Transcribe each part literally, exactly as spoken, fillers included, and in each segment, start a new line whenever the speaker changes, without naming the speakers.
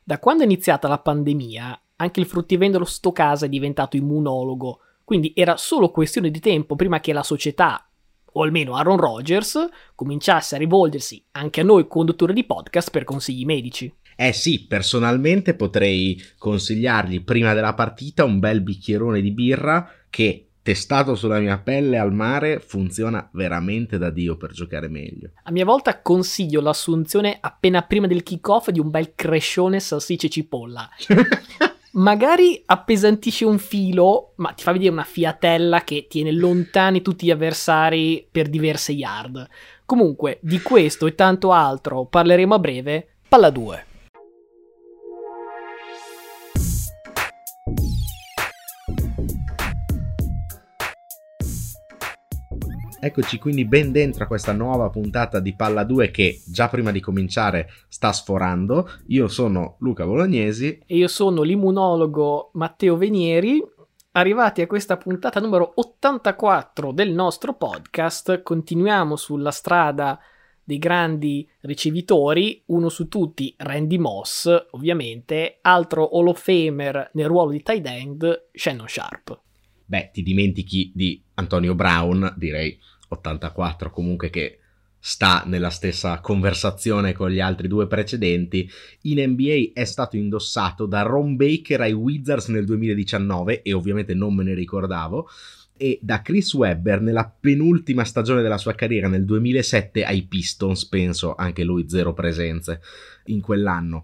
Da quando è iniziata la pandemia, anche il fruttivendolo sto casa è diventato immunologo, quindi era solo questione di tempo prima che la società, o almeno Aaron Rodgers, cominciasse a rivolgersi anche a noi conduttori di podcast per consigli medici.
Eh sì, personalmente potrei consigliargli prima della partita un bel bicchierone di birra che, testato sulla mia pelle al mare, funziona veramente da Dio per giocare meglio.
A mia volta consiglio l'assunzione appena prima del kick-off di un bel crescione salsiccia e cipolla. Magari appesantisce un filo, ma ti fa vedere una fiatella che tiene lontani tutti gli avversari per diverse yard. Comunque, di questo e tanto altro parleremo a breve. Palla due.
Eccoci quindi ben dentro a questa nuova puntata di Palla due che già prima di cominciare sta sforando. Io sono Luca Bolognesi.
E io sono l'immunologo Matteo Venieri. Arrivati a questa puntata numero ottantaquattro del nostro podcast, continuiamo sulla strada dei grandi ricevitori, uno su tutti Randy Moss, ovviamente, altro Hall of Famer nel ruolo di tight end, Shannon Sharp.
Beh, ti dimentichi di Antonio Brown, direi ottantaquattro comunque, che sta nella stessa conversazione con gli altri due precedenti. In N B A è stato indossato da Ron Baker ai Wizards nel duemiladiciannove, e ovviamente non me ne ricordavo, e da Chris Webber nella penultima stagione della sua carriera nel duemilasette ai Pistons, penso, anche lui zero presenze in quell'anno.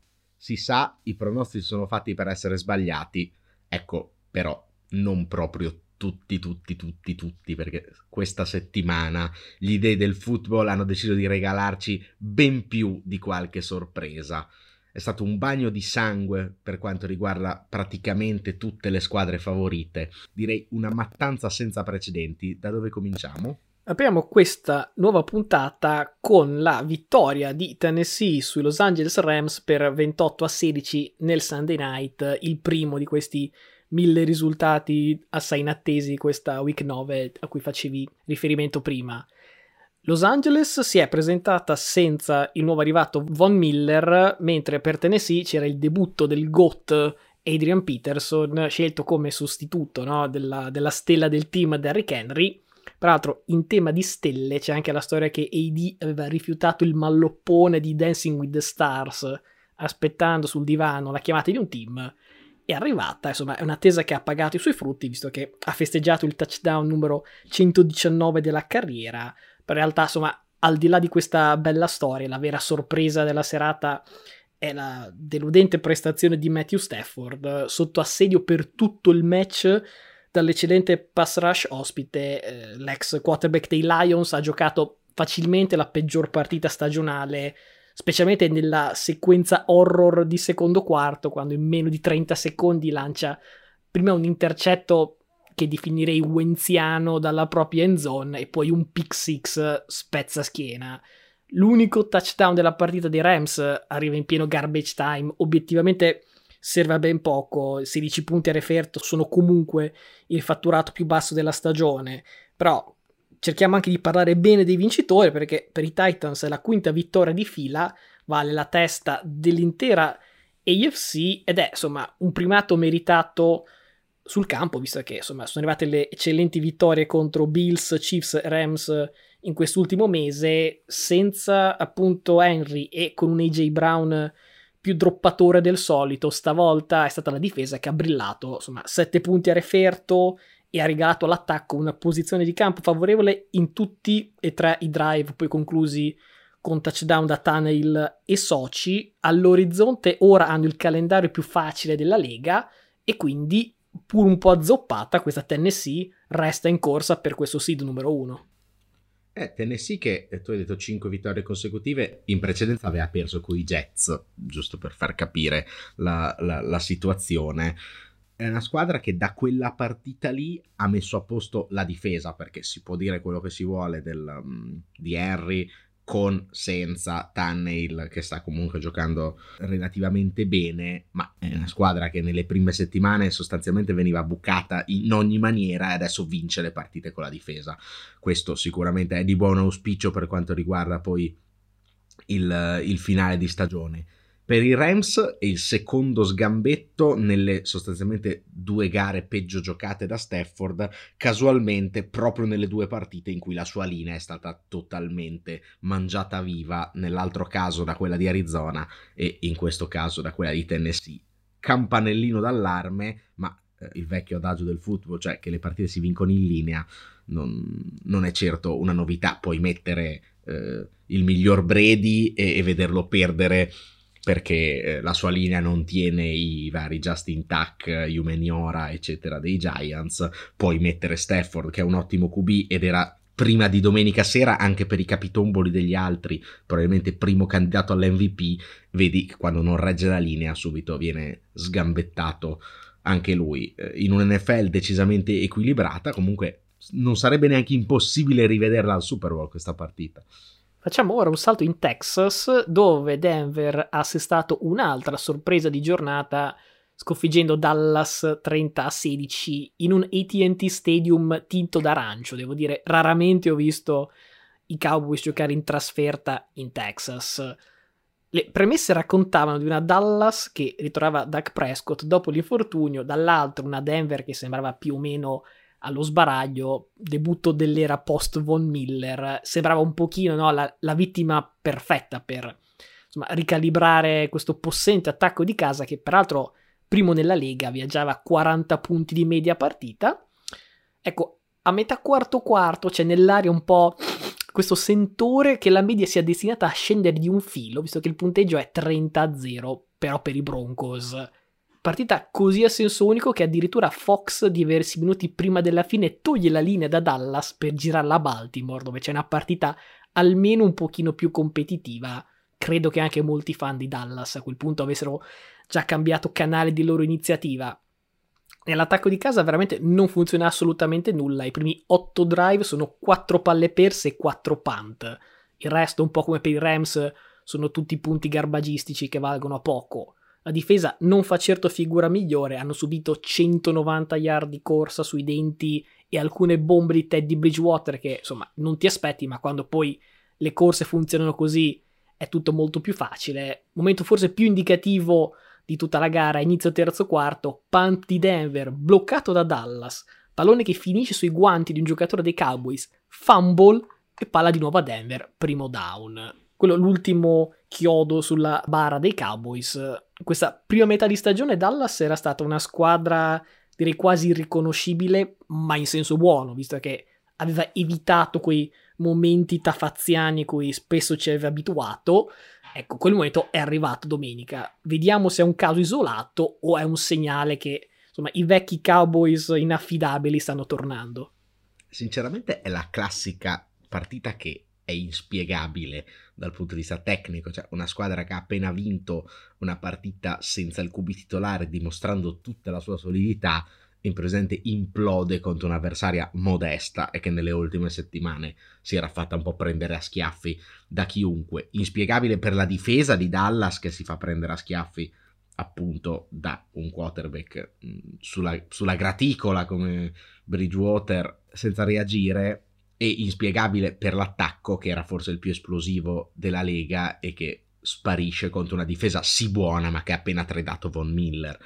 Si sa, i pronostici sono fatti per essere sbagliati, ecco, però non proprio tutti, tutti, tutti, tutti, perché questa settimana gli dei del football hanno deciso di regalarci ben più di qualche sorpresa. È stato un bagno di sangue per quanto riguarda praticamente tutte le squadre favorite. Direi una mattanza senza precedenti. Da dove cominciamo?
Apriamo questa nuova puntata con la vittoria di Tennessee sui Los Angeles Rams per ventotto a sedici nel Sunday Night, il primo di questi mille risultati assai inattesi questa week nove a cui facevi riferimento prima. Los Angeles si è presentata senza il nuovo arrivato Von Miller, mentre per Tennessee c'era il debutto del GOAT Adrian Peterson, scelto come sostituto, no, della, della stella del team Derrick Henry. Peraltro, in tema di stelle c'è anche la storia che A D aveva rifiutato il malloppone di Dancing with the Stars, aspettando sul divano la chiamata di un team. È arrivata, insomma, è un'attesa che ha pagato i suoi frutti, visto che ha festeggiato il touchdown numero centodiciannove della carriera. Per realtà, insomma, al di là di questa bella storia, la vera sorpresa della serata è la deludente prestazione di Matthew Stafford, sotto assedio per tutto il match dall'eccellente pass rush ospite. Eh, l'ex quarterback dei Lions ha giocato facilmente la peggior partita stagionale, specialmente nella sequenza horror di secondo quarto, quando in meno di trenta secondi lancia prima un intercetto che definirei wenziano dalla propria end zone e poi un pick six spezza schiena. L'unico touchdown della partita dei Rams arriva in pieno garbage time, obiettivamente serve a ben poco, sedici punti a referto sono comunque il fatturato più basso della stagione, però cerchiamo anche di parlare bene dei vincitori, perché per i Titans è la quinta vittoria di fila, vale la testa dell'intera A F C ed è insomma un primato meritato sul campo, visto che insomma sono arrivate le eccellenti vittorie contro Bills, Chiefs e Rams in quest'ultimo mese, senza appunto Henry e con un A J Brown più droppatore del solito. Stavolta è stata la difesa che ha brillato, insomma sette punti a referto, e ha regalato all'attacco una posizione di campo favorevole in tutti e tre i drive, poi conclusi con touchdown da Tannehill e soci. All'orizzonte ora hanno il calendario più facile della Lega e quindi, pur un po' azzoppata, questa Tennessee resta in corsa per questo seed numero uno.
Eh, Tennessee che, tu hai detto cinque vittorie consecutive, in precedenza aveva perso con i Jets, giusto per far capire la, la, la situazione. È una squadra che da quella partita lì ha messo a posto la difesa, perché si può dire quello che si vuole del, um, di Henry, con senza Tannehill che sta comunque giocando relativamente bene, ma è una squadra che nelle prime settimane sostanzialmente veniva bucata in ogni maniera e adesso vince le partite con la difesa. Questo sicuramente è di buon auspicio per quanto riguarda poi il, il finale di stagione. Per i Rams è il secondo sgambetto nelle sostanzialmente due gare peggio giocate da Stafford, casualmente proprio nelle due partite in cui la sua linea è stata totalmente mangiata viva, nell'altro caso da quella di Arizona e in questo caso da quella di Tennessee. Campanellino d'allarme, ma eh, il vecchio adagio del football, cioè che le partite si vincono in linea, non, non è certo una novità. Puoi mettere eh, il miglior Brady e, e vederlo perdere perché eh, la sua linea non tiene i vari Justin Tuck, Umeniora, eccetera, dei Giants. Puoi mettere Stafford, che è un ottimo Q B ed era prima di domenica sera anche per i capitomboli degli altri, probabilmente primo candidato all'M V P. Vedi che quando non regge la linea subito viene sgambettato anche lui. In un N F L decisamente equilibrata, comunque non sarebbe neanche impossibile rivederla al Super Bowl questa partita.
Facciamo ora un salto in Texas, dove Denver ha assestato un'altra sorpresa di giornata sconfiggendo Dallas trenta a sedici in un A T and T Stadium tinto d'arancio. Devo dire, raramente ho visto i Cowboys giocare in trasferta in Texas. Le premesse raccontavano di una Dallas che ritrovava Dak Prescott dopo l'infortunio, dall'altro una Denver che sembrava più o meno allo sbaraglio, debutto dell'era post Von Miller, sembrava un pochino, no, la, la vittima perfetta per insomma ricalibrare questo possente attacco di casa che peraltro primo nella Lega viaggiava a quaranta punti di media partita. Ecco, a metà quarto quarto c'è nell'aria un po' questo sentore che la media sia destinata a scendere di un filo, visto che il punteggio è trenta a zero, però per i Broncos. Partita così a senso unico che addirittura Fox diversi minuti prima della fine toglie la linea da Dallas per girarla a Baltimore, dove c'è una partita almeno un pochino più competitiva. Credo che anche molti fan di Dallas a quel punto avessero già cambiato canale di loro iniziativa. Nell'attacco di casa veramente non funziona assolutamente nulla. I primi otto drive sono quattro palle perse e quattro punt. Il resto, un po' come per i Rams, sono tutti punti garbagistici che valgono a poco. La difesa non fa certo figura migliore, hanno subito centonovanta yard di corsa sui denti e alcune bombe di Teddy Bridgewater che insomma non ti aspetti, ma quando poi le corse funzionano così è tutto molto più facile. Momento forse più indicativo di tutta la gara, inizio terzo quarto, punt di Denver bloccato da Dallas, pallone che finisce sui guanti di un giocatore dei Cowboys, fumble e palla di nuovo a Denver, primo down. Quello l'ultimo chiodo sulla bara dei Cowboys. Questa prima metà di stagione Dallas era stata una squadra direi quasi irriconoscibile, ma in senso buono, visto che aveva evitato quei momenti tafaziani a cui spesso ci aveva abituato. Ecco, quel momento è arrivato domenica. Vediamo se è un caso isolato o è un segnale che insomma i vecchi Cowboys inaffidabili stanno tornando.
Sinceramente è la classica partita che è inspiegabile dal punto di vista tecnico, cioè una squadra che ha appena vinto una partita senza il Q B titolare, dimostrando tutta la sua solidità, in presente implode contro un'avversaria modesta e che nelle ultime settimane si era fatta un po' prendere a schiaffi da chiunque. Inspiegabile per la difesa di Dallas, che si fa prendere a schiaffi appunto da un quarterback mh, sulla, sulla graticola come Bridgewater senza reagire, e inspiegabile per l'attacco, che era forse il più esplosivo della Lega e che sparisce contro una difesa sì buona ma che ha appena tradato Von Miller.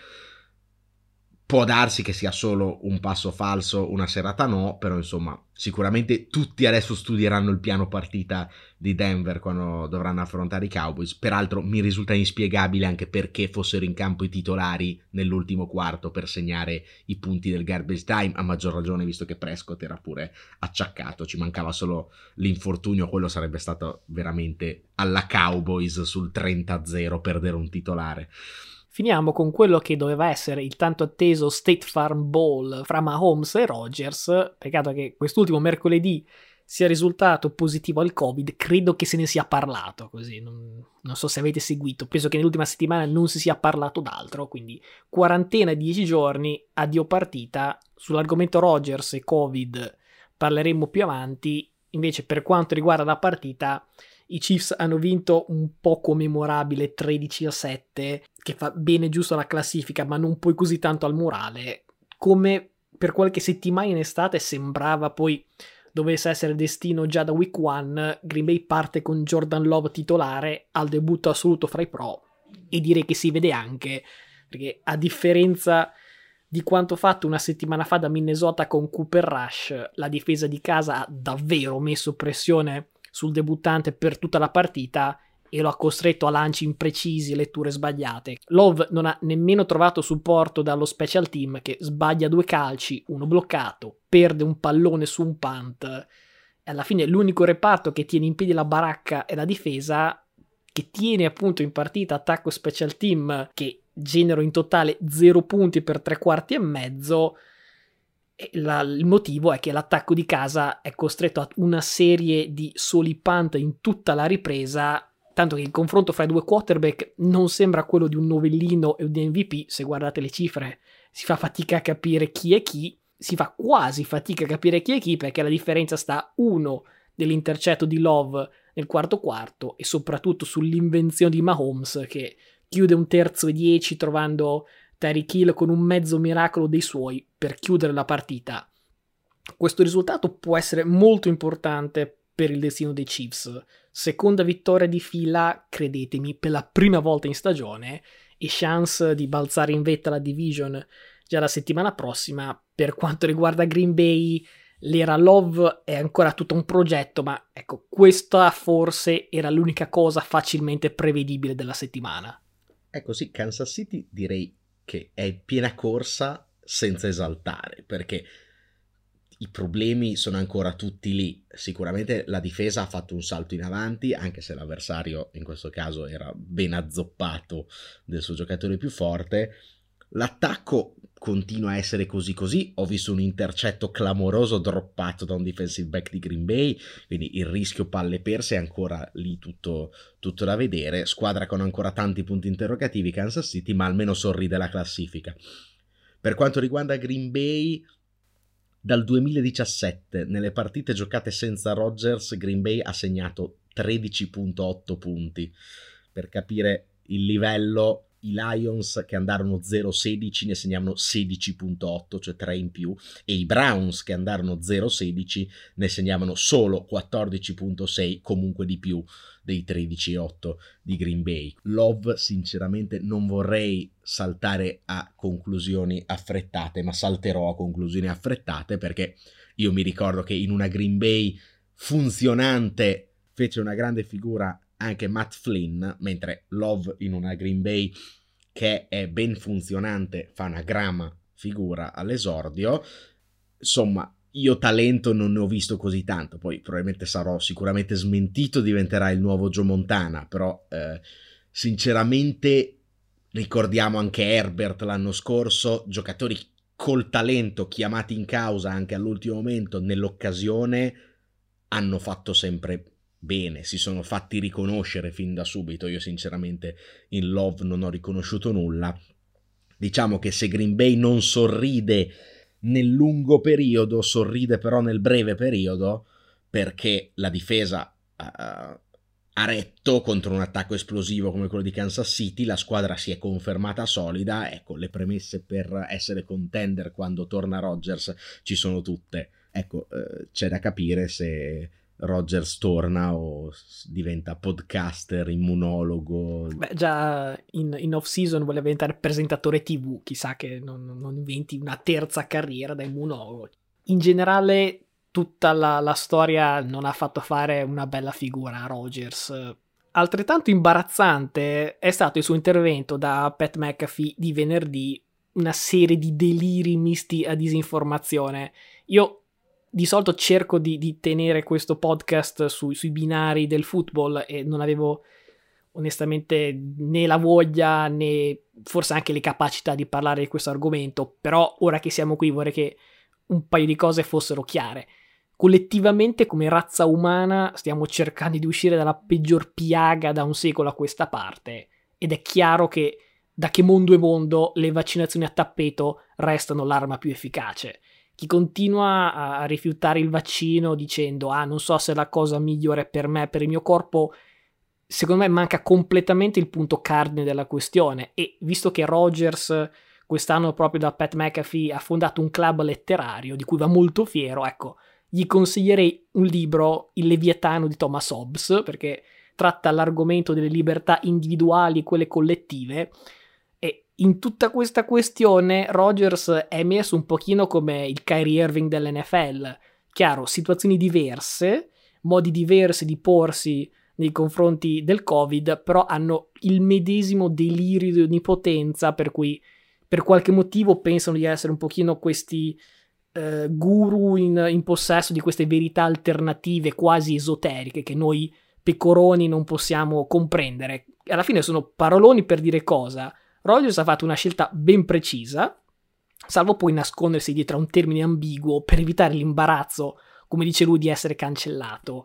Può darsi che sia solo un passo falso, una serata no, però insomma sicuramente tutti adesso studieranno il piano partita di Denver quando dovranno affrontare i Cowboys. Peraltro mi risulta inspiegabile anche perché fossero in campo i titolari nell'ultimo quarto per segnare i punti del garbage time, a maggior ragione visto che Prescott era pure acciaccato, ci mancava solo l'infortunio, quello sarebbe stato veramente alla Cowboys sul trenta a zero perdere un titolare.
Finiamo con quello che doveva essere il tanto atteso State Farm Bowl fra Mahomes e Rodgers. Peccato che quest'ultimo mercoledì sia risultato positivo al Covid, credo che se ne sia parlato così, non, non so se avete seguito, penso che nell'ultima settimana non si sia parlato d'altro, quindi quarantena dieci giorni, addio partita. Sull'argomento Rodgers e Covid parleremo più avanti. Invece per quanto riguarda la partita, i Chiefs hanno vinto un poco memorabile tredici a sette, che fa bene giusto alla classifica, ma non poi così tanto al morale. Come per qualche settimana in estate sembrava poi dovesse essere destino già da week one, Green Bay parte con Jordan Love titolare al debutto assoluto fra i pro e direi che si vede anche, perché a differenza di quanto fatto una settimana fa da Minnesota con Cooper Rush, la difesa di casa ha davvero messo pressione sul debuttante per tutta la partita e lo ha costretto a lanci imprecisi e letture sbagliate. Love non ha nemmeno trovato supporto dallo special team, che sbaglia due calci, uno bloccato, perde un pallone su un punt, e alla fine l'unico reparto che tiene in piedi la baracca è la difesa, che tiene appunto in partita attacco e special team, che generano in totale zero punti per tre quarti e mezzo. E la, il motivo è che l'attacco di casa è costretto a una serie di soli punt in tutta la ripresa, tanto che il confronto fra i due quarterback non sembra quello di un novellino e un M V P. Se guardate le cifre si fa fatica a capire chi è chi, si fa quasi fatica a capire chi è chi, perché la differenza sta uno nell'intercetto di Love nel quarto quarto e soprattutto sull'invenzione di Mahomes, che chiude un terzo e dieci trovando Tyreek Hill con un mezzo miracolo dei suoi per chiudere la partita. Questo risultato può essere molto importante per il destino dei Chiefs. Seconda vittoria di fila, credetemi, per la prima volta in stagione, e chance di balzare in vetta la division già la settimana prossima. Per quanto riguarda Green Bay, l'era Love è ancora tutto un progetto, ma ecco, questa forse era l'unica cosa facilmente prevedibile della settimana.
Ecco sì, Kansas City direi che è piena corsa senza esaltare, perché i problemi sono ancora tutti lì. Sicuramente la difesa ha fatto un salto in avanti, anche se l'avversario in questo caso era ben azzoppato del suo giocatore più forte. L'attacco continua a essere così così. Ho visto un intercetto clamoroso droppato da un defensive back di Green Bay, quindi il rischio palle perse è ancora lì tutto, tutto da vedere. Squadra con ancora tanti punti interrogativi, Kansas City, ma almeno sorride la classifica. Per quanto riguarda Green Bay, dal duemiladiciassette nelle partite giocate senza Rodgers, Green Bay ha segnato tredici virgola otto punti. Per capire il livello, i Lions, che andarono zero sedici, ne segnavano sedici virgola otto, cioè tre in più, e i Browns, che andarono zero sedici, ne segnavano solo quattordici virgola sei, comunque di più dei tredici virgola otto di Green Bay. Love, sinceramente, non vorrei saltare a conclusioni affrettate, ma salterò a conclusioni affrettate, perché io mi ricordo che in una Green Bay funzionante fece una grande figura anche Matt Flynn, mentre Love in una Green Bay che è ben funzionante fa una grama figura all'esordio. Insomma, io talento non ne ho visto così tanto, poi probabilmente sarò sicuramente smentito, diventerà il nuovo Joe Montana, però eh, sinceramente ricordiamo anche Herbert l'anno scorso, giocatori col talento chiamati in causa anche all'ultimo momento nell'occasione hanno fatto sempre bene, si sono fatti riconoscere fin da subito. Io sinceramente in Love non ho riconosciuto nulla. Diciamo che se Green Bay non sorride nel lungo periodo, sorride però nel breve periodo, perché la difesa uh, ha retto contro un attacco esplosivo come quello di Kansas City, la squadra si è confermata solida. Ecco, le premesse per essere contender quando torna Rodgers ci sono tutte. Ecco, uh, c'è da capire se Rodgers torna o diventa podcaster, immunologo.
Beh, già in, in off-season voleva diventare presentatore tivù, chissà che non, non inventi una terza carriera da immunologo. In generale tutta la, la storia non ha fatto fare una bella figura a Rodgers. Altrettanto imbarazzante è stato il suo intervento da Pat McAfee di venerdì, una serie di deliri misti a disinformazione. Io di solito cerco di, di tenere questo podcast su, sui binari del football e non avevo onestamente né la voglia né forse anche le capacità di parlare di questo argomento, però ora che siamo qui vorrei che un paio di cose fossero chiare. Collettivamente come razza umana stiamo cercando di uscire dalla peggior piaga da un secolo a questa parte, ed è chiaro che da che mondo è mondo le vaccinazioni a tappeto restano l'arma più efficace. Chi continua a rifiutare il vaccino dicendo ah non so se è la cosa migliore per me, per il mio corpo, secondo me manca completamente il punto cardine della questione. E visto che Rodgers quest'anno proprio da Pat McAfee ha fondato un club letterario di cui va molto fiero, ecco, gli consiglierei un libro, Il Leviatano di Thomas Hobbes, perché tratta l'argomento delle libertà individuali e quelle collettive, e in tutta questa questione Rodgers è messo un pochino come il Kyrie Irving dell'N F L. Chiaro, situazioni diverse, modi diversi di porsi nei confronti del Covid, però hanno il medesimo delirio di onnipotenza, per cui per qualche motivo pensano di essere un pochino questi eh, guru in, in possesso di queste verità alternative quasi esoteriche che noi pecoroni non possiamo comprendere. Alla fine sono paroloni per dire cosa. Rodgers ha fatto una scelta ben precisa, salvo poi nascondersi dietro a un termine ambiguo per evitare l'imbarazzo, come dice lui, di essere cancellato.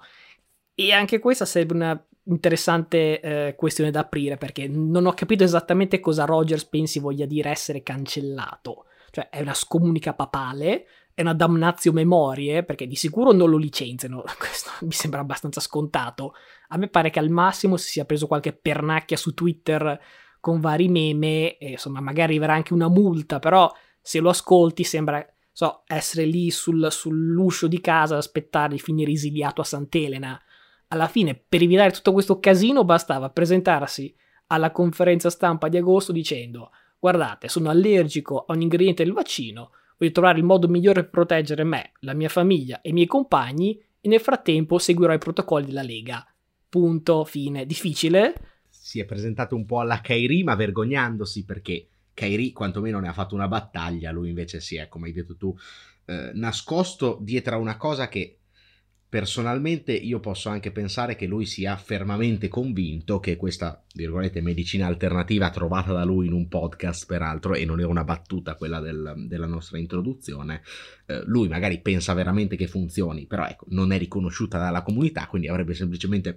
E anche questa sarebbe una interessante eh, questione da aprire, perché non ho capito esattamente cosa Rodgers pensi voglia dire essere cancellato. Cioè, è una scomunica papale, è una damnatio memoriae, perché di sicuro non lo licenziano, questo mi sembra abbastanza scontato. A me pare che al massimo si sia preso qualche pernacchia su Twitter con vari meme, e insomma magari arriverà anche una multa, però se lo ascolti sembra, so, essere lì sul, sull'uscio di casa ad aspettare di finire esiliato a Sant'Elena. Alla fine, per evitare tutto questo casino, bastava presentarsi alla conferenza stampa di agosto dicendo: guardate, sono allergico a un ingrediente del vaccino, voglio trovare il modo migliore per proteggere me, la mia famiglia e i miei compagni, e nel frattempo seguirò i protocolli della Lega. Punto, fine. Difficile?
Si è presentato un po' alla Kyrie, ma vergognandosi, perché Kyrie quantomeno ne ha fatto una battaglia, lui invece si è, come hai detto tu, eh, nascosto dietro a una cosa che personalmente io posso anche pensare che lui sia fermamente convinto che questa, virgolette, medicina alternativa trovata da lui in un podcast, peraltro, e non è una battuta quella del, della nostra introduzione, eh, lui magari pensa veramente che funzioni, però ecco, non è riconosciuta dalla comunità, quindi avrebbe semplicemente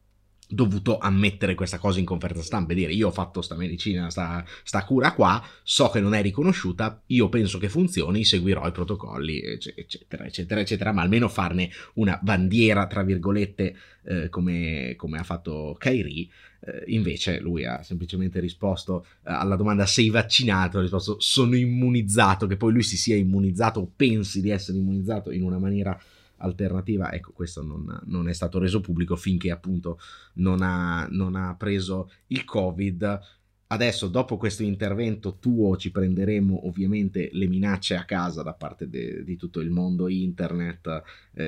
dovuto ammettere questa cosa in conferenza stampa e dire: io ho fatto sta medicina, sta, sta cura qua, so che non è riconosciuta, io penso che funzioni, seguirò i protocolli, eccetera eccetera eccetera, ma almeno farne una bandiera, tra virgolette, eh, come, come ha fatto Kyrie. Eh, invece lui ha semplicemente risposto eh, alla domanda sei vaccinato, ha risposto sono immunizzato, che poi lui si sia immunizzato o pensi di essere immunizzato in una maniera alternativa, ecco, questo non, non è stato reso pubblico finché appunto non ha, non ha preso il Covid. Adesso, dopo questo intervento tuo, ci prenderemo ovviamente le minacce a casa da parte de, di tutto il mondo internet eh,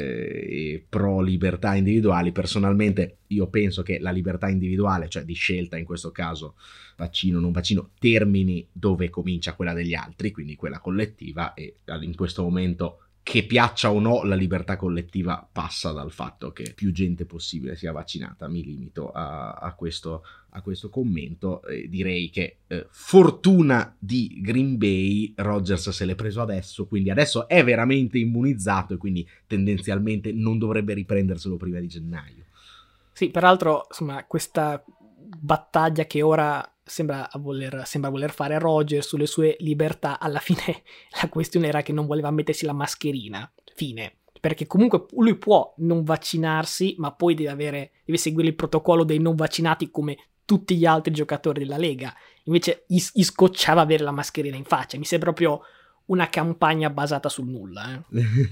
e pro libertà individuali. Personalmente io penso che la libertà individuale, cioè di scelta in questo caso, vaccino o non vaccino, termini dove comincia quella degli altri, quindi quella collettiva, e in questo momento, che piaccia o no, la libertà collettiva passa dal fatto che più gente possibile sia vaccinata. Mi limito a, a, questo, a questo commento. Eh, direi che eh, fortuna di Green Bay, Rodgers se l'è preso adesso, quindi adesso è veramente immunizzato e quindi tendenzialmente non dovrebbe riprenderselo prima di gennaio.
Sì, peraltro, insomma, questa battaglia che ora sembra voler, sembra voler fare Rodgers sulle sue libertà, alla fine la questione era che non voleva mettersi la mascherina, fine, perché comunque lui può non vaccinarsi, ma poi deve avere, deve seguire il protocollo dei non vaccinati come tutti gli altri giocatori della Lega. Invece gli, gli scocciava avere la mascherina in faccia. Mi sembra proprio una campagna basata sul nulla.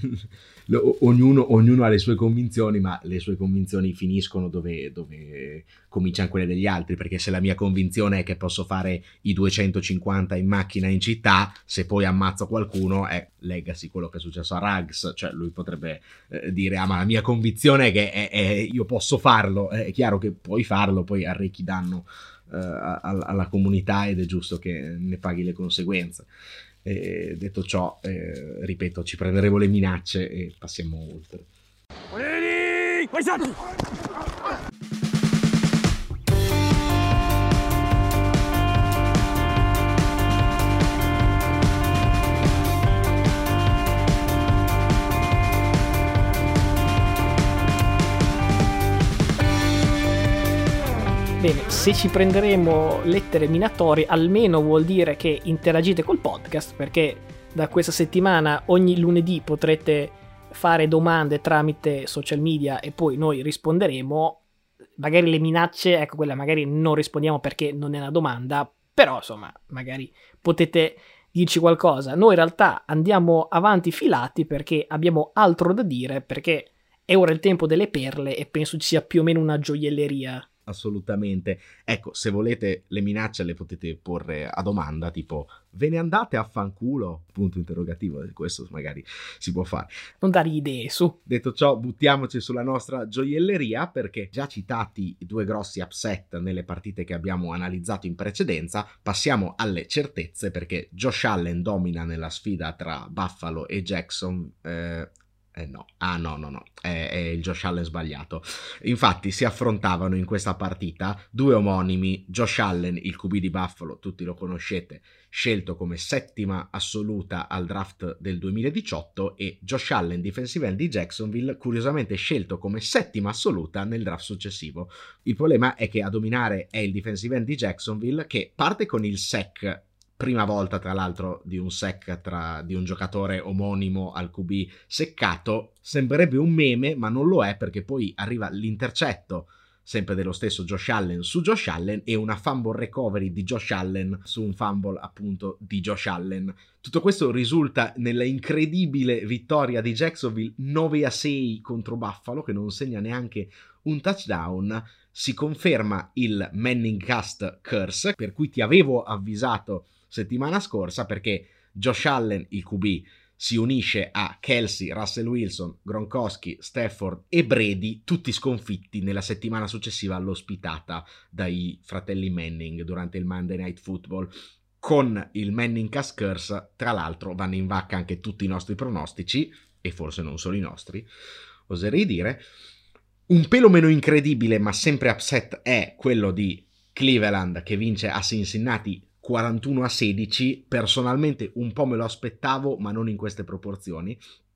Eh.
ognuno, ognuno ha le sue convinzioni, ma le sue convinzioni finiscono dove, dove cominciano quelle degli altri, perché se la mia convinzione è che posso fare i duecentocinquanta in macchina in città, se poi ammazzo qualcuno è legacy quello che è successo a Ruggs, cioè lui potrebbe eh, dire ah ma la mia convinzione è che è, è, io posso farlo, è chiaro che puoi farlo, poi arrechi danno eh, alla comunità ed è giusto che ne paghi le conseguenze. E detto ciò, eh, ripeto, ci prenderemo le minacce e passiamo oltre.
Bene, se ci prenderemo lettere minatorie, almeno vuol dire che interagite col podcast, perché da questa settimana ogni lunedì potrete fare domande tramite social media e poi noi risponderemo. Magari le minacce, ecco, quelle magari non rispondiamo perché non è una domanda, però insomma, magari potete dirci qualcosa. Noi in realtà andiamo avanti filati perché abbiamo altro da dire, perché è ora il tempo delle perle e penso ci sia più o meno una gioielleria.
Assolutamente. Ecco, se volete le minacce le potete porre a domanda, tipo ve ne andate a fanculo? Punto interrogativo, questo magari si può fare.
Non dare idee, su.
Detto ciò, buttiamoci sulla nostra gioielleria, perché già citati i due grossi upset nelle partite che abbiamo analizzato in precedenza, passiamo alle certezze, perché Josh Allen domina nella sfida tra Buffalo e Jackson. Eh, Eh no, ah no, no, no, è, è il Josh Allen sbagliato. Infatti si affrontavano in questa partita due omonimi, Josh Allen, il Q B di Buffalo, tutti lo conoscete, scelto come settima assoluta al draft del duemiladiciotto, e Josh Allen, defensive end di Jacksonville, curiosamente scelto come settima assoluta nel draft successivo. Il problema è che a dominare è il defensive end di Jacksonville, che parte con il sack, prima volta tra l'altro di un sack tra, di un giocatore omonimo al Q B seccato. Sembrerebbe un meme, ma non lo è, perché poi arriva l'intercetto sempre dello stesso Josh Allen su Josh Allen e una fumble recovery di Josh Allen su un fumble appunto di Josh Allen. Tutto questo risulta nella incredibile vittoria di Jacksonville nove a sei contro Buffalo, che non segna neanche un touchdown. Si conferma il Manning Cast Curse, per cui ti avevo avvisato settimana scorsa, perché Josh Allen, il Q B, si unisce a Kelsey, Russell Wilson, Gronkowski, Stafford e Brady, tutti sconfitti nella settimana successiva all'ospitata dai fratelli Manning durante il Monday Night Football. Con il Manning Cast Curse, tra l'altro, vanno in vacca anche tutti i nostri pronostici, e forse non solo i nostri, oserei dire. Un pelo meno incredibile, ma sempre upset, è quello di Cleveland, che vince a Cincinnati quarantuno a sedici. Personalmente un po' me lo aspettavo, ma non in queste proporzioni.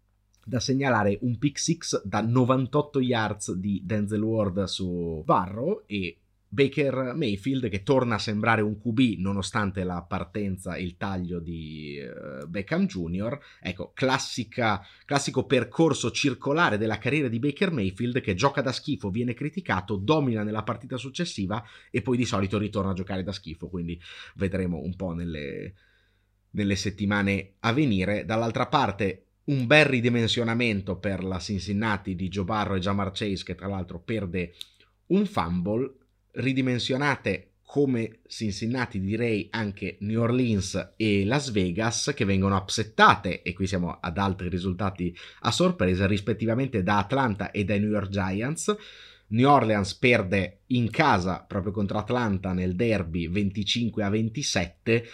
Da segnalare un pick six da novantotto yards di Denzel Ward su Burrow, e Baker Mayfield che torna a sembrare un Q B nonostante la partenza e il taglio di uh, Beckham Junior Ecco, classica, classico percorso circolare della carriera di Baker Mayfield, che gioca da schifo, viene criticato, domina nella partita successiva e poi di solito ritorna a giocare da schifo, quindi vedremo un po' nelle, nelle settimane a venire. Dall'altra parte un bel ridimensionamento per la Cincinnati di Joe Burrow e Ja'Marr Chase, che tra l'altro perde un fumble. Ridimensionate come Cincinnati direi anche New Orleans e Las Vegas, che vengono upsettate, e qui siamo ad altri risultati a sorpresa, rispettivamente da Atlanta e dai New York Giants. New Orleans perde in casa proprio contro Atlanta nel derby venticinque a ventisette.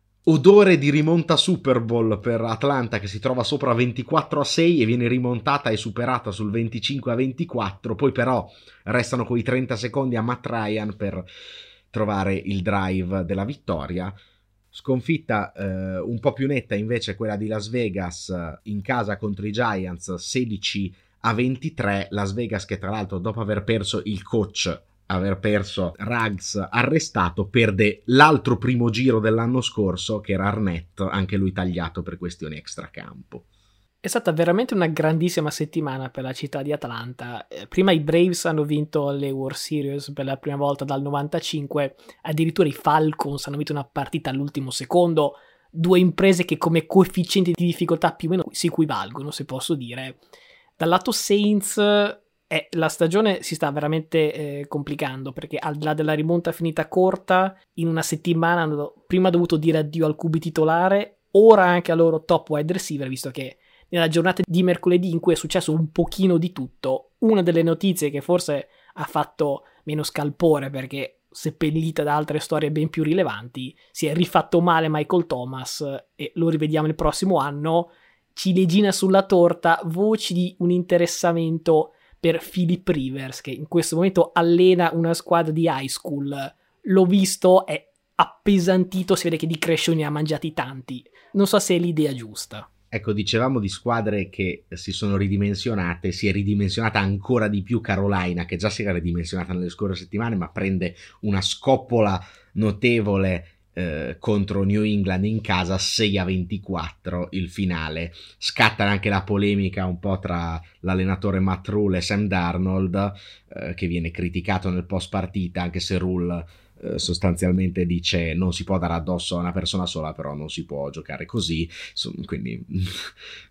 Odore di rimonta Super Bowl per Atlanta, che si trova sopra ventiquattro a sei e viene rimontata e superata sul venticinque a ventiquattro. Poi però restano quei trenta secondi a Matt Ryan per trovare il drive della vittoria. Sconfitta eh, un po' più netta invece quella di Las Vegas in casa contro i Giants, sedici a ventitré. Las Vegas che tra l'altro, dopo aver perso il coach, aver perso Ruggs arrestato, perde l'altro primo giro dell'anno scorso, che era Arnett, anche lui tagliato per questioni extracampo.
È stata veramente una grandissima settimana per la città di Atlanta. Eh, prima i Braves hanno vinto le World Series per la prima volta dal novantacinque, addirittura i Falcons hanno vinto una partita all'ultimo secondo, due imprese che come coefficienti di difficoltà più o meno si equivalgono, se posso dire. Dal lato Saints eh, la stagione si sta veramente eh, complicando, perché al di là della rimonta finita corta, in una settimana hanno prima dovuto dire addio al Q B titolare, ora anche al loro top wide receiver, visto che nella giornata di mercoledì, in cui è successo un pochino di tutto, una delle notizie che forse ha fatto meno scalpore, perché seppellita da altre storie ben più rilevanti, si è rifatto male Michael Thomas e lo rivediamo il prossimo anno. Ciliegina sulla torta, voci di un interessamento per Philip Rivers, che in questo momento allena una squadra di high school. L'ho visto, è appesantito, si vede che di crescioni ne ha mangiati tanti. Non so se è l'idea giusta.
Ecco, dicevamo di squadre che si sono ridimensionate, si è ridimensionata ancora di più Carolina, che già si era ridimensionata nelle scorse settimane, ma prende una scoppola notevole eh, contro New England in casa, sei a ventiquattro il finale. Scatta anche la polemica un po' tra l'allenatore Matt Rule e Sam Darnold, eh, che viene criticato nel post partita, anche se Rule sostanzialmente dice non si può dare addosso a una persona sola, però non si può giocare così, quindi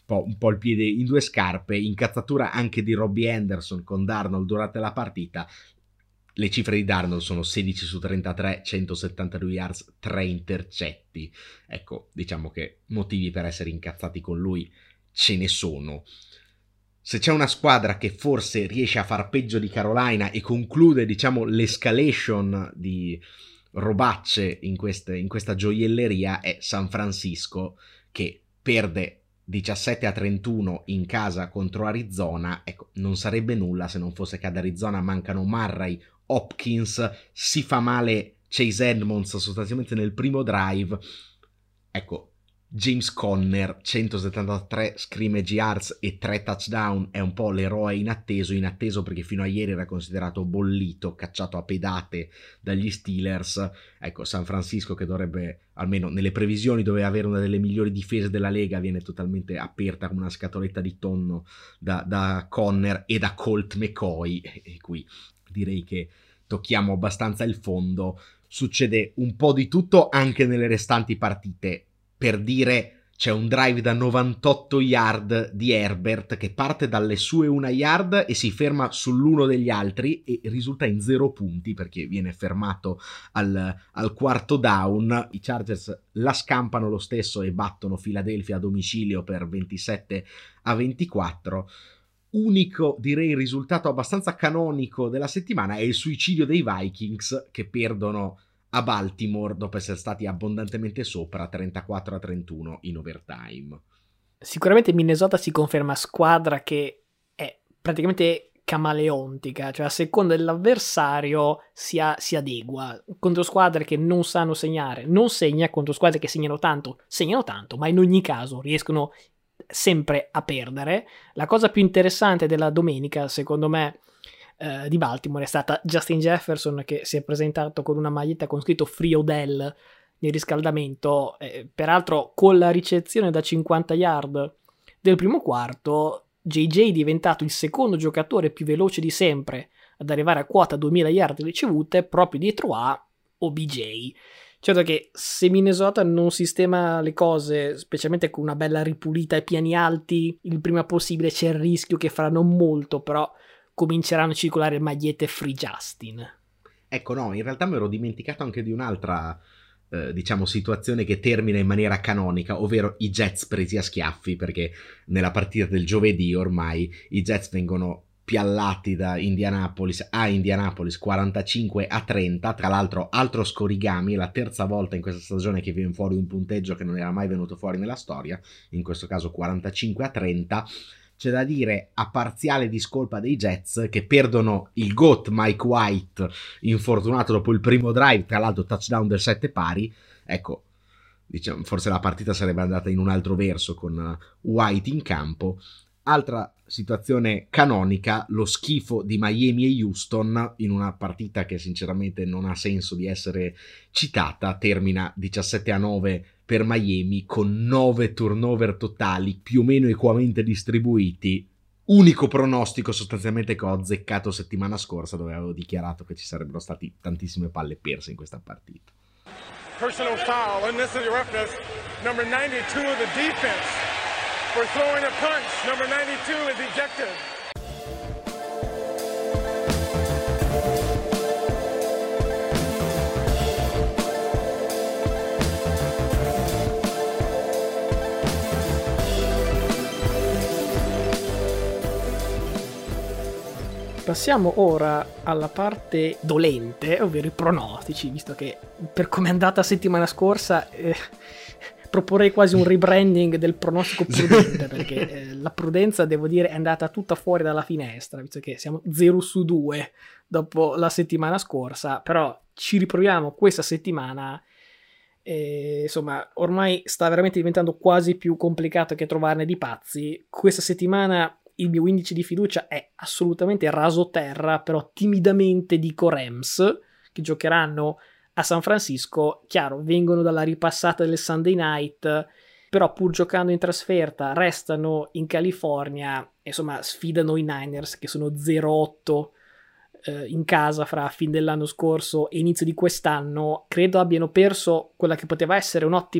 po', un po' il piede in due scarpe, incazzatura anche di Robbie Anderson con Darnold durante la partita. Le cifre di Darnold sono sedici su trentatré, centosettantadue yards, tre intercetti. Ecco, diciamo che motivi per essere incazzati con lui ce ne sono. Se c'è una squadra che forse riesce a far peggio di Carolina e conclude, diciamo, l'escalation di robacce in, queste, in questa gioielleria, è San Francisco, che perde diciassette a trentuno in casa contro Arizona. Ecco, non sarebbe nulla se non fosse che ad Arizona mancano Murray, Hopkins, si fa male Chase Edmonds sostanzialmente nel primo drive. Ecco, James Conner, centosettantatré scrimmage yards e tre touchdown, è un po' l'eroe inatteso, inatteso perché fino a ieri era considerato bollito, cacciato a pedate dagli Steelers. Ecco, San Francisco, che dovrebbe, almeno nelle previsioni, doveva avere una delle migliori difese della Lega, viene totalmente aperta come una scatoletta di tonno da, da Conner e da Colt McCoy, e, e qui direi che tocchiamo abbastanza il fondo. Succede un po' di tutto anche nelle restanti partite. Per dire, c'è un drive da novantotto yard di Herbert che parte dalle sue una yard e si ferma sull'uno degli altri e risulta in zero punti perché viene fermato al, al quarto down. I Chargers la scampano lo stesso e battono Philadelphia a domicilio per ventisette a ventiquattro. Unico, direi, risultato abbastanza canonico della settimana è il suicidio dei Vikings, che perdono a Baltimore dopo essere stati abbondantemente sopra trentaquattro a trentuno in overtime.
Sicuramente Minnesota si conferma squadra che è praticamente camaleontica, cioè a seconda dell'avversario si, a, si adegua. Contro squadre che non sanno segnare non segna, contro squadre che segnano tanto segnano tanto, ma in ogni caso riescono sempre a perdere. La cosa più interessante della domenica, secondo me, Uh, di Baltimore è stata Justin Jefferson, che si è presentato con una maglietta con scritto Free Odell nel riscaldamento, eh, peraltro con la ricezione da cinquanta yard del primo quarto. J J è diventato il secondo giocatore più veloce di sempre ad arrivare a quota duemila yard ricevute, proprio dietro a O B J. Certo che se Minnesota non sistema le cose, specialmente con una bella ripulita ai piani alti il prima possibile, c'è il rischio che faranno molto, però cominceranno a circolare magliette Free Justin.
Ecco, no, in realtà mi ero dimenticato anche di un'altra, eh, diciamo, situazione che termina in maniera canonica, ovvero i Jets presi a schiaffi, perché nella partita del giovedì ormai i Jets vengono piallati da Indianapolis a Indianapolis quarantacinque a trenta. Tra l'altro, altro scorigami, la terza volta in questa stagione che viene fuori un punteggio che non era mai venuto fuori nella storia, in questo caso quarantacinque a trenta. C'è da dire, a parziale discolpa dei Jets, che perdono il GOAT Mike White, infortunato dopo il primo drive, tra l'altro touchdown del sette pari. Ecco, diciamo, forse la partita sarebbe andata in un altro verso con White in campo. Altra situazione canonica, lo schifo di Miami e Houston in una partita che sinceramente non ha senso di essere citata. Termina diciassette a nove per Miami con nove turnover totali più o meno equamente distribuiti. Unico pronostico sostanzialmente che ho azzeccato settimana scorsa, dove avevo dichiarato che ci sarebbero stati tantissime palle perse in questa partita.
Personal foul, unnecessary roughness, number ninety-two of the defense for throwing a punch. Number ninety-two is ejected.
Passiamo ora alla parte dolente, ovvero i pronostici, visto che per come è andata settimana scorsa eh, proporrei quasi un rebranding del pronostico prudente, perché eh, la prudenza, devo dire, è andata tutta fuori dalla finestra, visto che siamo zero su due dopo la settimana scorsa. Però ci riproviamo questa settimana e, insomma, ormai sta veramente diventando quasi più complicato che trovarne di pazzi. Questa settimana il mio indice di fiducia è assolutamente raso terra, però timidamente dico Rams, che giocheranno a San Francisco. Chiaro, vengono dalla ripassata del Sunday Night, però pur giocando in trasferta restano in California, insomma sfidano i Niners, che sono zero otto eh, in casa fra fin dell'anno scorso e inizio di quest'anno. Credo abbiano perso quella che poteva essere un'ottima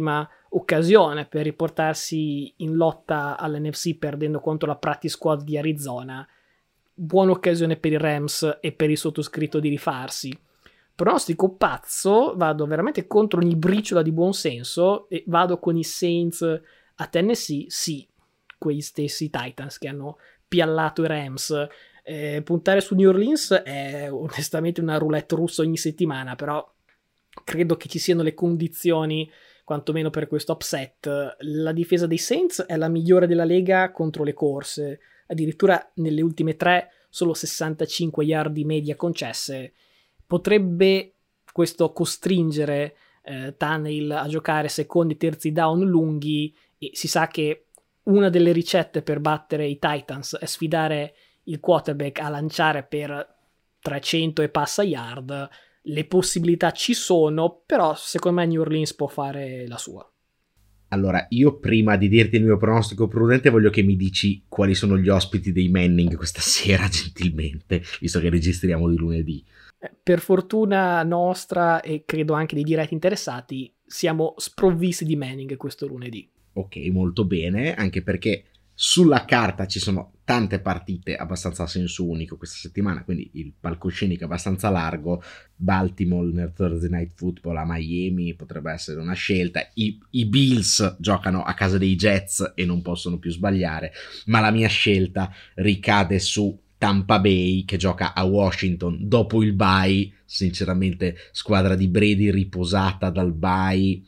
occasione per riportarsi in lotta all'N F C perdendo contro la practice squad di Arizona. Buona occasione per i Rams e per il sottoscritto di rifarsi. Pronostico pazzo, vado veramente contro ogni briciola di buonsenso e vado con i Saints a Tennessee, sì, quei stessi Titans che hanno piallato i Rams. Eh, puntare su New Orleans è onestamente una roulette russa ogni settimana, però credo che ci siano le condizioni quantomeno per questo upset. La difesa dei Saints è la migliore della lega contro le corse, addirittura nelle ultime tre solo sessantacinque yard di media concesse. Potrebbe questo costringere eh, Tannehill a giocare secondi e terzi down lunghi, e si sa che una delle ricette per battere i Titans è sfidare il quarterback a lanciare per trecento e passa yard. Le possibilità ci sono, però secondo me New Orleans può fare la sua.
Allora, io prima di dirti il mio pronostico prudente voglio che mi dici quali sono gli ospiti dei Manning questa sera, gentilmente, visto che registriamo di lunedì.
Per fortuna nostra e credo anche dei diretti interessati, siamo sprovvisti di Manning questo lunedì.
Ok, molto bene, anche perché sulla carta ci sono tante partite abbastanza a senso unico questa settimana, quindi il palcoscenico è abbastanza largo. Baltimore nel Thursday Night Football a Miami potrebbe essere una scelta. I, i Bills giocano a casa dei Jets e non possono più sbagliare, ma la mia scelta ricade su Tampa Bay che gioca a Washington dopo il bye. Sinceramente, squadra di Brady riposata dal bye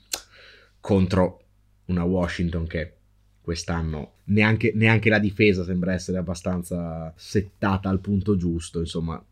contro una Washington che quest'anno neanche, neanche la difesa sembra essere abbastanza settata al punto giusto. Insomma,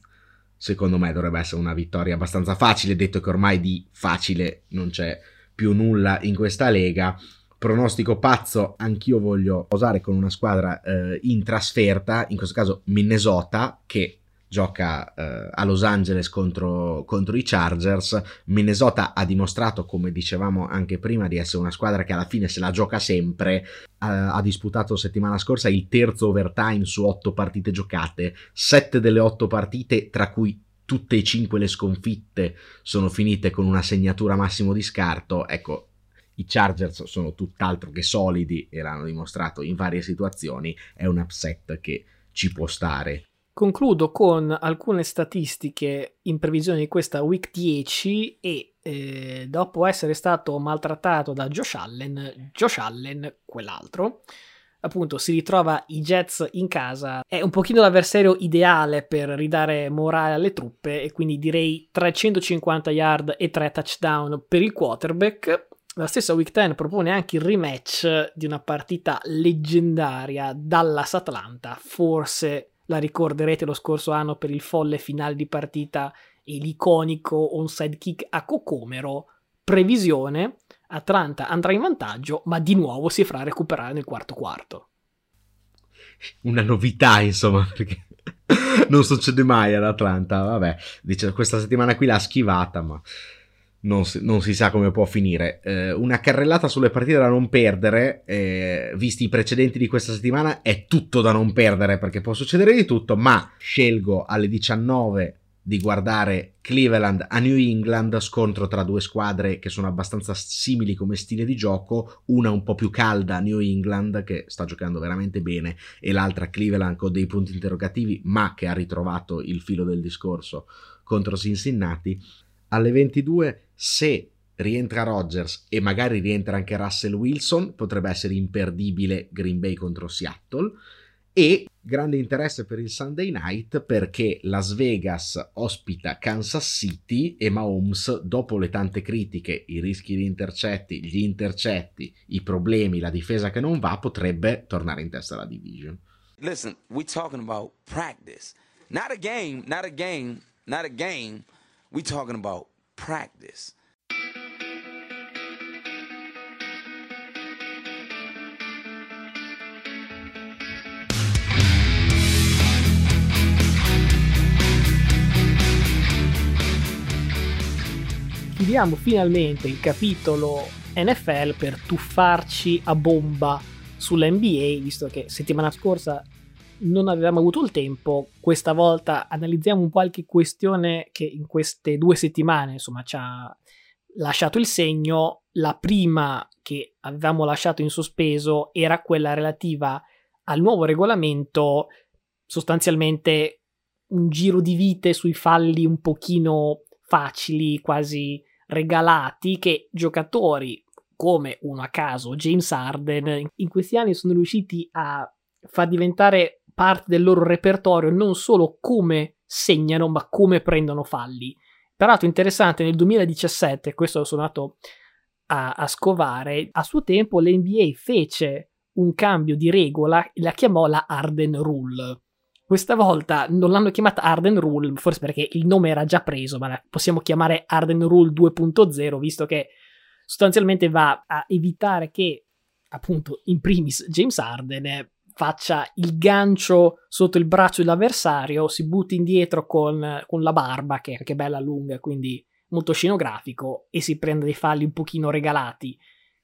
secondo me dovrebbe essere una vittoria abbastanza facile, detto che ormai di facile non c'è più nulla in questa lega. Pronostico pazzo, anch'io voglio osare con una squadra eh, in trasferta, in questo caso Minnesota, che gioca eh, a Los Angeles contro, contro i Chargers. Minnesota ha dimostrato, come dicevamo anche prima, di essere una squadra che alla fine se la gioca sempre. Ha, ha disputato settimana scorsa il terzo overtime su otto partite giocate, sette delle otto partite, tra cui tutte e cinque le sconfitte, sono finite con una segnatura massimo di scarto. Ecco, i Chargers sono tutt'altro che solidi e l'hanno dimostrato in varie situazioni. È un upset che ci può stare.
Concludo con alcune statistiche in previsione di questa week dieci e eh, dopo essere stato maltrattato da Josh Allen, Josh Allen, quell'altro, appunto si ritrova i Jets in casa. È un pochino l'avversario ideale per ridare morale alle truppe e quindi direi trecentocinquanta yard e tre touchdown per il quarterback. La stessa week dieci propone anche il rematch di una partita leggendaria, Dallas-Atlanta. Forse la ricorderete lo scorso anno per il folle finale di partita e l'iconico onside kick a Cocomero. Previsione: Atlanta andrà in vantaggio, ma di nuovo si farà recuperare nel quarto quarto.
Una novità, insomma, perché non succede mai ad Atlanta. Vabbè, dice, questa settimana qui l'ha schivata, ma non si, non si sa come può finire. Eh, una carrellata sulle partite da non perdere, eh, visti i precedenti di questa settimana, è tutto da non perdere perché può succedere di tutto, ma scelgo alle diciannove di guardare Cleveland a New England, scontro tra due squadre che sono abbastanza simili come stile di gioco, una un po' più calda, New England, che sta giocando veramente bene, e l'altra Cleveland con dei punti interrogativi, ma che ha ritrovato il filo del discorso contro Cincinnati. Alle ventidue, se rientra Rodgers e magari rientra anche Russell Wilson, potrebbe essere imperdibile Green Bay contro Seattle. E grande interesse per il Sunday Night perché Las Vegas ospita Kansas City e Mahomes, dopo le tante critiche, i rischi di intercetti, gli intercetti, i problemi, la difesa che non va, potrebbe tornare in testa alla division.
Listen, we talking about practice. Not a game, not a game, not a game. We talking about practice.
Chiudiamo finalmente il capitolo N F L per tuffarci a bomba sull'N B A, visto che settimana scorsa non avevamo avuto il tempo. Questa volta analizziamo qualche questione che in queste due settimane insomma ci ha lasciato il segno. La prima, che avevamo lasciato in sospeso, era quella relativa al nuovo regolamento, sostanzialmente un giro di vite sui falli un pochino facili, quasi regalati, che giocatori come uno a caso, James Harden, in questi anni sono riusciti a far diventare parte del loro repertorio non solo come segnano, ma come prendono falli. Peraltro interessante, nel duemiladiciassette, questo sono andato a, a scovare, a suo tempo l'N B A fece un cambio di regola, la chiamò la Harden Rule. Questa volta non l'hanno chiamata Harden Rule, forse perché il nome era già preso, ma la possiamo chiamare Harden Rule due punto zero, visto che sostanzialmente va a evitare che, appunto, in primis James Harden faccia il gancio sotto il braccio dell'avversario, si butti indietro con, con la barba, che è anche bella lunga, quindi molto scenografico, e si prende dei falli un pochino regalati.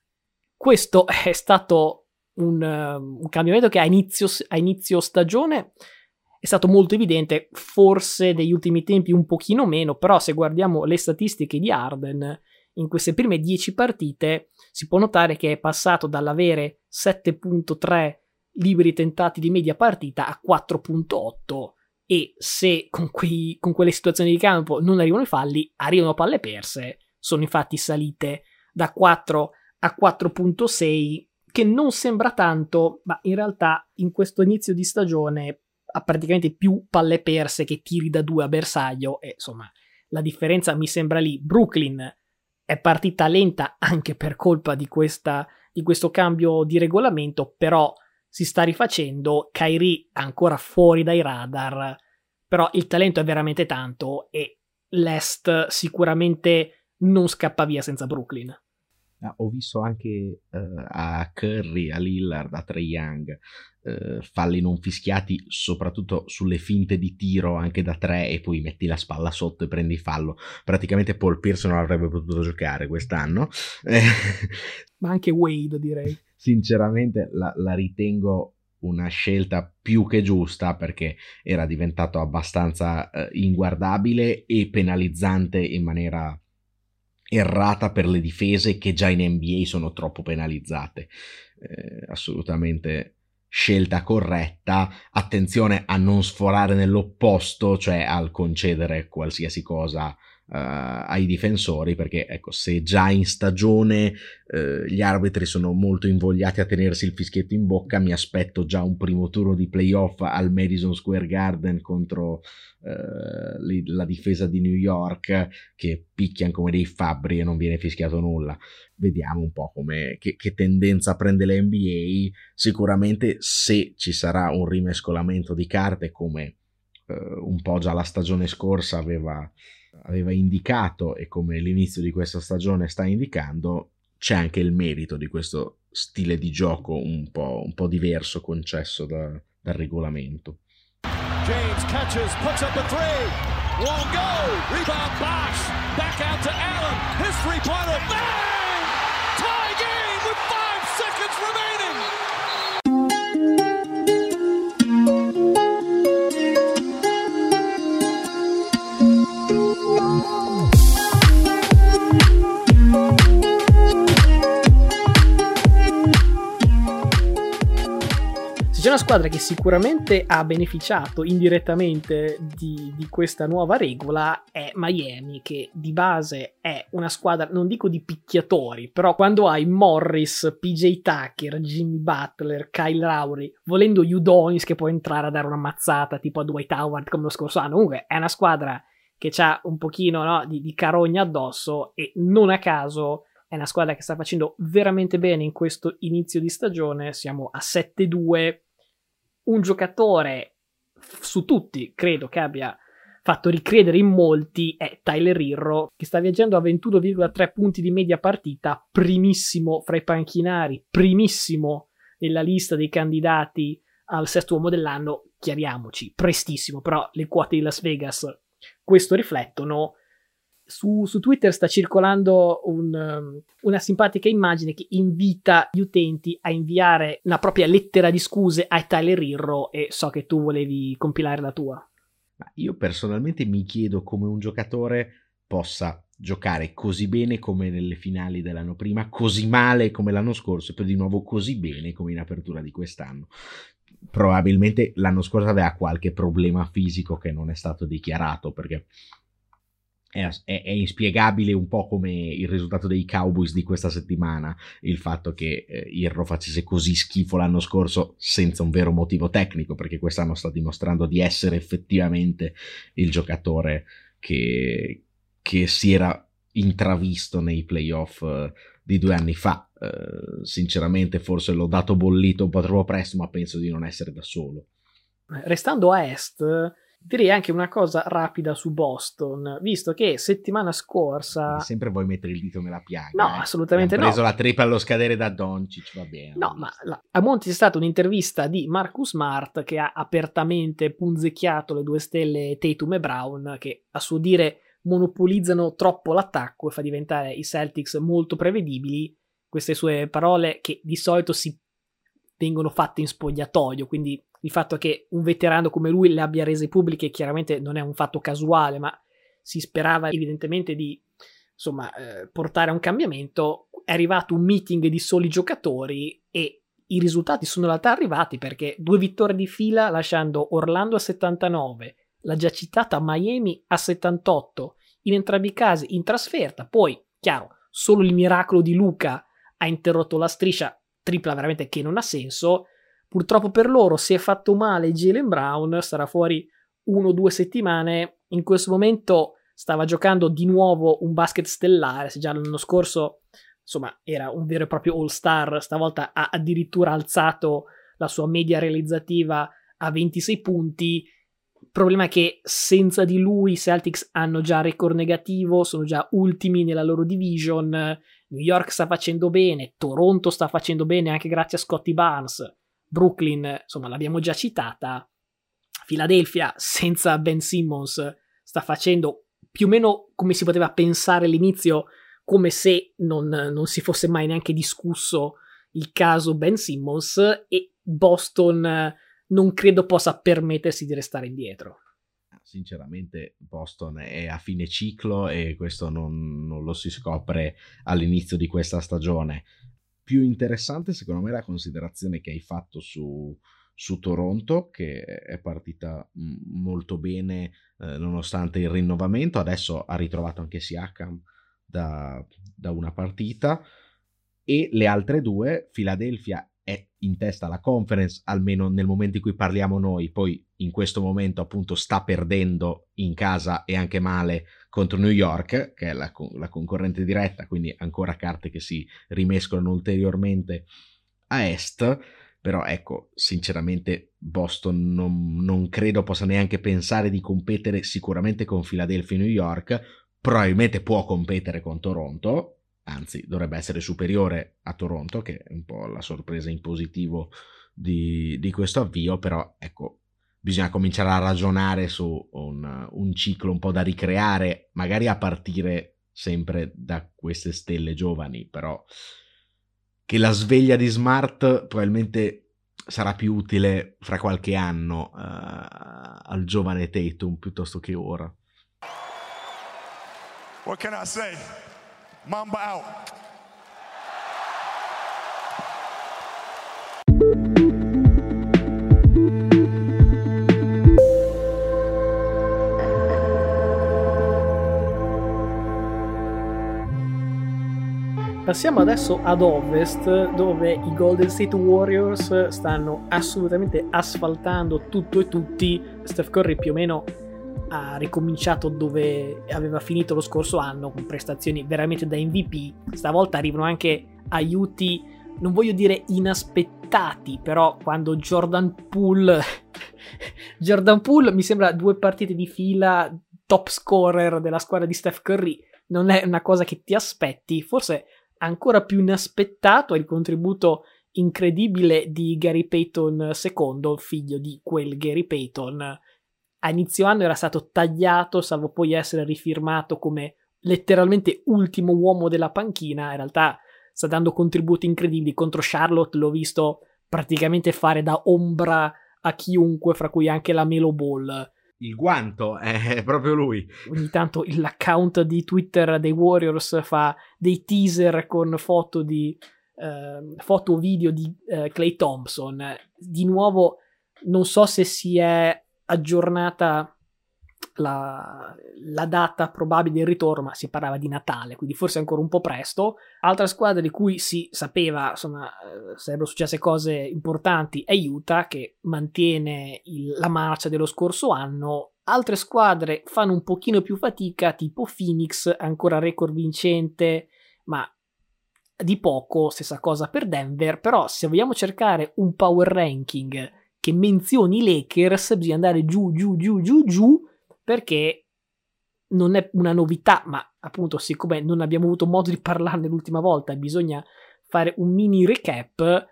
Questo è stato un, un cambiamento che a inizio, a inizio stagione è stato molto evidente, forse negli ultimi tempi un pochino meno, però se guardiamo le statistiche di Harden, in queste prime dieci partite si può notare che è passato dall'avere sette virgola tre liberi tentati di media partita a quattro virgola otto, e se con, quei, con quelle situazioni di campo non arrivano i falli, arrivano palle perse. Sono infatti salite da quattro a quattro virgola sei, che non sembra tanto, ma in realtà in questo inizio di stagione ha praticamente più palle perse che tiri da due a bersaglio, e insomma la differenza mi sembra lì. Brooklyn è partita lenta anche per colpa di, questa, di questo cambio di regolamento, però si sta rifacendo. Kyrie ancora fuori dai radar, però il talento è veramente tanto e l'Est sicuramente non scappa via senza Brooklyn.
Ah, ho visto anche uh, a Curry, a Lillard, a Trae Young uh, falli non fischiati, soprattutto sulle finte di tiro anche da tre, e poi metti la spalla sotto e prendi fallo. Praticamente Paul Pierce non avrebbe potuto giocare quest'anno.
Ma anche Wade, direi.
Sinceramente la, la ritengo una scelta più che giusta, perché era diventato abbastanza uh, inguardabile e penalizzante in maniera errata per le difese che già in N B A sono troppo penalizzate. Eh, assolutamente scelta corretta. Attenzione a non sforare nell'opposto, cioè al concedere qualsiasi cosa Uh, ai difensori, perché ecco, se già in stagione uh, gli arbitri sono molto invogliati a tenersi il fischietto in bocca, mi aspetto già un primo turno di playoff al Madison Square Garden contro uh, li, la difesa di New York, che picchiano come dei fabbri e non viene fischiato nulla. Vediamo un po' come, che, che tendenza prende l'N B A. Sicuramente, se ci sarà un rimescolamento di carte, come uh, un po' già la stagione scorsa aveva aveva indicato e come l'inizio di questa stagione sta indicando, c'è anche il merito di questo stile di gioco un po', un po' diverso concesso da, dal regolamento.
James catches, puts up a three, won't go, rebound Bosh, back out to Allen, his three-pointer, bang! Tie game with five seconds remaining!
C'è una squadra che sicuramente ha beneficiato indirettamente di, di questa nuova regola, è Miami, che di base è una squadra, non dico di picchiatori, però quando hai Morris, P J Tucker, Jimmy Butler, Kyle Lowry, volendo Udonis che può entrare a dare una mazzata tipo a Dwight Howard come lo scorso anno, comunque è una squadra che ha un pochino, no, di, di carogna addosso, e non a caso è una squadra che sta facendo veramente bene in questo inizio di stagione. Siamo a sette due. Un giocatore su tutti, credo che abbia fatto ricredere in molti, è Tyler Herro, che sta viaggiando a ventuno virgola tre punti di media partita, primissimo fra i panchinari, primissimo nella lista dei candidati al sesto uomo dell'anno. Chiariamoci, prestissimo, però le quote di Las Vegas questo riflettono. Su, su Twitter sta circolando un, um, una simpatica immagine che invita gli utenti a inviare una propria lettera di scuse a Tyler Herro, e so che tu volevi compilare la tua.
Io personalmente mi chiedo come un giocatore possa giocare così bene come nelle finali dell'anno prima, così male come l'anno scorso e poi di nuovo così bene come in apertura di quest'anno. Probabilmente l'anno scorso aveva qualche problema fisico che non è stato dichiarato, perché è, è, è inspiegabile un po' come il risultato dei Cowboys di questa settimana, il fatto che eh, Irro facesse così schifo l'anno scorso senza un vero motivo tecnico, perché quest'anno sta dimostrando di essere effettivamente il giocatore che, che si era intravisto nei playoff eh, di due anni fa. Uh, sinceramente forse l'ho dato bollito un po' troppo presto, ma penso di non essere da solo.
Restando a est, direi anche una cosa rapida su Boston, visto che settimana scorsa...
Sempre vuoi mettere il dito nella piaga.
No,
eh?
assolutamente no.
Ha preso la tripla allo scadere da Doncic, va bene.
No, ma la... a monti c'è stata un'intervista di Marcus Smart che ha apertamente punzecchiato le due stelle Tatum e Brown, che a suo dire monopolizzano troppo l'attacco e fa diventare i Celtics molto prevedibili. Queste sue parole che di solito si vengono fatte in spogliatoio, quindi il fatto che un veterano come lui le abbia rese pubbliche chiaramente non è un fatto casuale, ma si sperava evidentemente di insomma eh, portare a un cambiamento. È arrivato un meeting di soli giocatori e i risultati sono in realtà arrivati, perché due vittorie di fila lasciando Orlando a settantanove, la già citata Miami a settantotto, in entrambi i casi in trasferta. Poi, chiaro, solo il miracolo di Luka ha interrotto la striscia, tripla veramente che non ha senso. Purtroppo per loro si è fatto male Jaylen Brown, sarà fuori uno o due settimane. In questo momento stava giocando di nuovo un basket stellare, se già l'anno scorso insomma era un vero e proprio all-star, stavolta ha addirittura alzato la sua media realizzativa a ventisei punti. Il problema è che senza di lui i Celtics hanno già record negativo, sono già ultimi nella loro division. New York sta facendo bene, Toronto sta facendo bene anche grazie a Scottie Barnes, Brooklyn insomma l'abbiamo già citata, Philadelphia senza Ben Simmons sta facendo più o meno come si poteva pensare all'inizio, come se non, non si fosse mai neanche discusso il caso Ben Simmons, e Boston non credo possa permettersi di restare indietro.
Sinceramente Boston è a fine ciclo e questo non, non lo si scopre all'inizio di questa stagione. Più interessante secondo me è la considerazione che hai fatto su, su Toronto, che è partita molto bene eh, nonostante il rinnovamento. Adesso ha ritrovato anche Siakam da, da una partita, e le altre due, Philadelphia è in testa alla conference, almeno nel momento in cui parliamo noi. Poi in questo momento appunto sta perdendo in casa e anche male contro New York, che è la, la concorrente diretta, quindi ancora carte che si rimescolano ulteriormente a est. Però ecco, sinceramente Boston non, non credo possa neanche pensare di competere sicuramente con Philadelphia e New York. Probabilmente può competere con Toronto, anzi dovrebbe essere superiore a Toronto, che è un po' la sorpresa in positivo di, di questo avvio. Però ecco, bisogna cominciare a ragionare su un, un ciclo un po' da ricreare, magari a partire sempre da queste stelle giovani, però che la sveglia di Smart probabilmente sarà più utile fra qualche anno uh, al giovane Tatum piuttosto che ora.
What can I say? Mamba out.
Passiamo adesso ad Ovest, dove i Golden State Warriors stanno assolutamente asfaltando tutto e tutti. Steph Curry più o meno ha ricominciato dove aveva finito lo scorso anno, con prestazioni veramente da M V P. Stavolta arrivano anche aiuti, non voglio dire inaspettati, però quando Jordan Poole Jordan Poole mi sembra due partite di fila top scorer della squadra di Steph Curry, non è una cosa che ti aspetti. Forse ancora più inaspettato è il contributo incredibile di Gary Payton secondo, figlio di quel Gary Payton. A inizio anno era stato tagliato, salvo poi essere rifirmato come letteralmente ultimo uomo della panchina. In realtà sta dando contributi incredibili. Contro Charlotte l'ho visto praticamente fare da ombra a chiunque, fra cui anche la Melo Ball.
il guanto è proprio lui.
Ogni tanto l'account di Twitter dei Warriors fa dei teaser con foto di eh, foto video di eh, Klay Thompson. Di nuovo non so se si è aggiornata la, la data probabile del ritorno, ma si parlava di Natale, quindi forse ancora un po' presto. Altra squadra di cui si sapeva insomma eh, sarebbero successe cose importanti è Utah, che mantiene il, la marcia dello scorso anno. Altre squadre fanno un pochino più fatica, tipo Phoenix, ancora record vincente, ma di poco. Stessa cosa per Denver. Però se vogliamo cercare un power ranking che menzioni i Lakers, bisogna andare giù, giù, giù, giù, giù, perché non è una novità, ma appunto siccome non abbiamo avuto modo di parlarne l'ultima volta, bisogna fare un mini recap.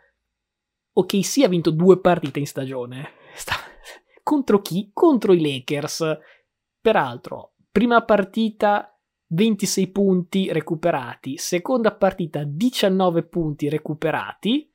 O K C ha vinto due partite in stagione. Sta... Contro chi? Contro i Lakers. Peraltro, prima partita ventisei punti recuperati, seconda partita diciannove punti recuperati.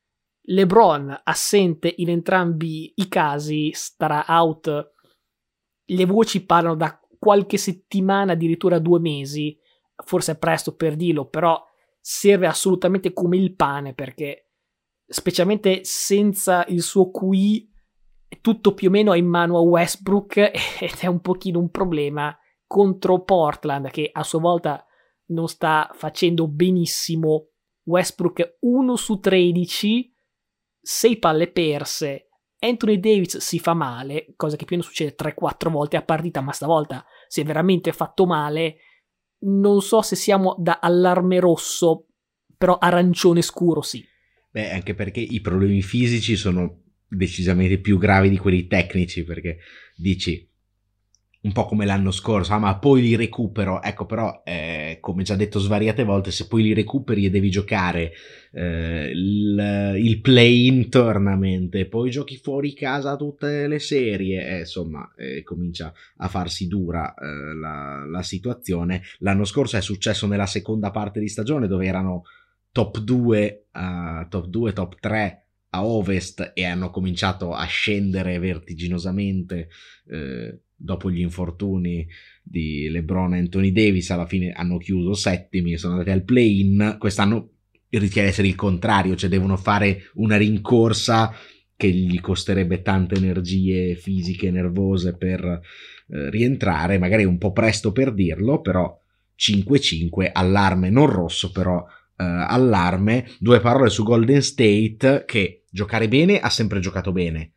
LeBron assente in entrambi i casi, starà out. Le voci parlano da qualche settimana, addirittura due mesi. Forse è presto per dirlo, però serve assolutamente come il pane, perché specialmente senza il suo Q I tutto più o meno è in mano a Westbrook, ed è un pochino un problema contro Portland, che a sua volta non sta facendo benissimo. Westbrook uno su tredici, sei palle perse. Anthony Davis si fa male, cosa che più o meno succede tre quattro volte a partita, ma stavolta si è veramente fatto male. Non so se siamo da allarme rosso, però arancione scuro sì.
Beh, anche perché i problemi fisici sono decisamente più gravi di quelli tecnici, perché dici un po' come l'anno scorso, ah ma poi li recupero, ecco, però eh, come già detto svariate volte, se poi li recuperi e devi giocare eh, il, il play-in tournament e poi giochi fuori casa tutte le serie, eh, insomma eh, comincia a farsi dura eh, la, la situazione. L'anno scorso è successo nella seconda parte di stagione, dove erano top due, uh, top due, top tre a Ovest e hanno cominciato a scendere vertiginosamente eh, dopo gli infortuni di LeBron e Anthony Davis. Alla fine hanno chiuso settimi e sono andati al play-in. Quest'anno rischia di essere il contrario, cioè devono fare una rincorsa che gli costerebbe tante energie fisiche e nervose per eh, rientrare. Magari è un po' presto per dirlo, però cinque cinque, allarme non rosso, però Uh, allarme. Due parole su Golden State, che giocare bene ha sempre giocato bene.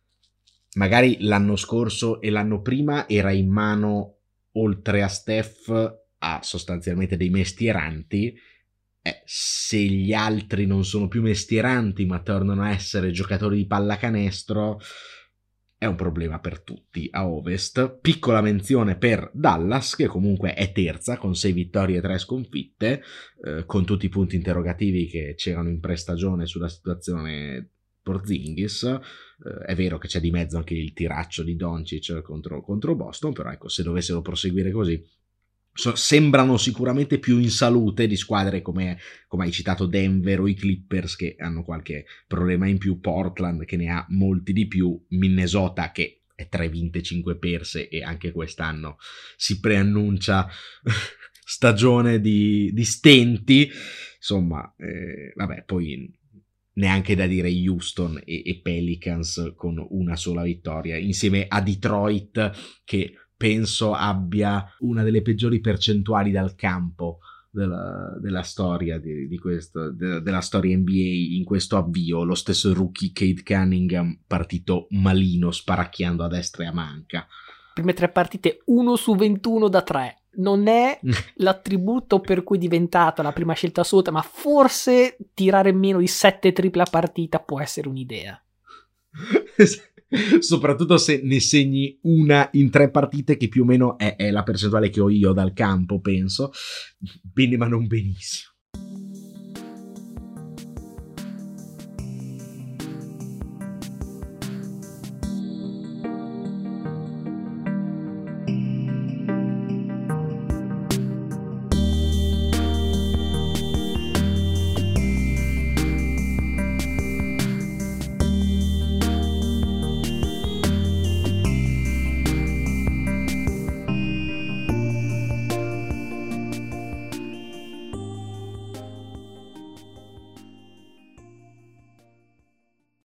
Magari l'anno scorso e l'anno prima era in mano, oltre a Steph, a sostanzialmente dei mestieranti. Eh, se gli altri non sono più mestieranti ma tornano a essere giocatori di pallacanestro, è un problema per tutti a Ovest. Piccola menzione per Dallas, che comunque è terza con sei vittorie e tre sconfitte, eh, con tutti i punti interrogativi che c'erano in prestagione sulla situazione Porzingis. Eh, è vero che c'è di mezzo anche il tiraccio di Doncic contro, contro Boston, però ecco, se dovessero proseguire così so, sembrano sicuramente più in salute di squadre come, come hai citato Denver o i Clippers, che hanno qualche problema in più, Portland che ne ha molti di più, Minnesota che è tre vinte cinque perse e anche quest'anno si preannuncia stagione di, di stenti. Insomma eh, vabbè, poi neanche da dire Houston e, e Pelicans con una sola vittoria, insieme a Detroit che penso abbia una delle peggiori percentuali dal campo della, della storia di, di questo, de, della storia N B A in questo avvio. Lo stesso rookie Cade Cunningham partito malino, sparacchiando a destra e a manca.
Prime tre partite uno su ventuno da tre. Non è l'attributo per cui è diventata la prima scelta assoluta, ma forse tirare meno di sette triple a partita può essere un'idea.
Soprattutto se ne segni una in tre partite, che più o meno è, è la percentuale che ho io dal campo, penso. Bene ma non benissimo.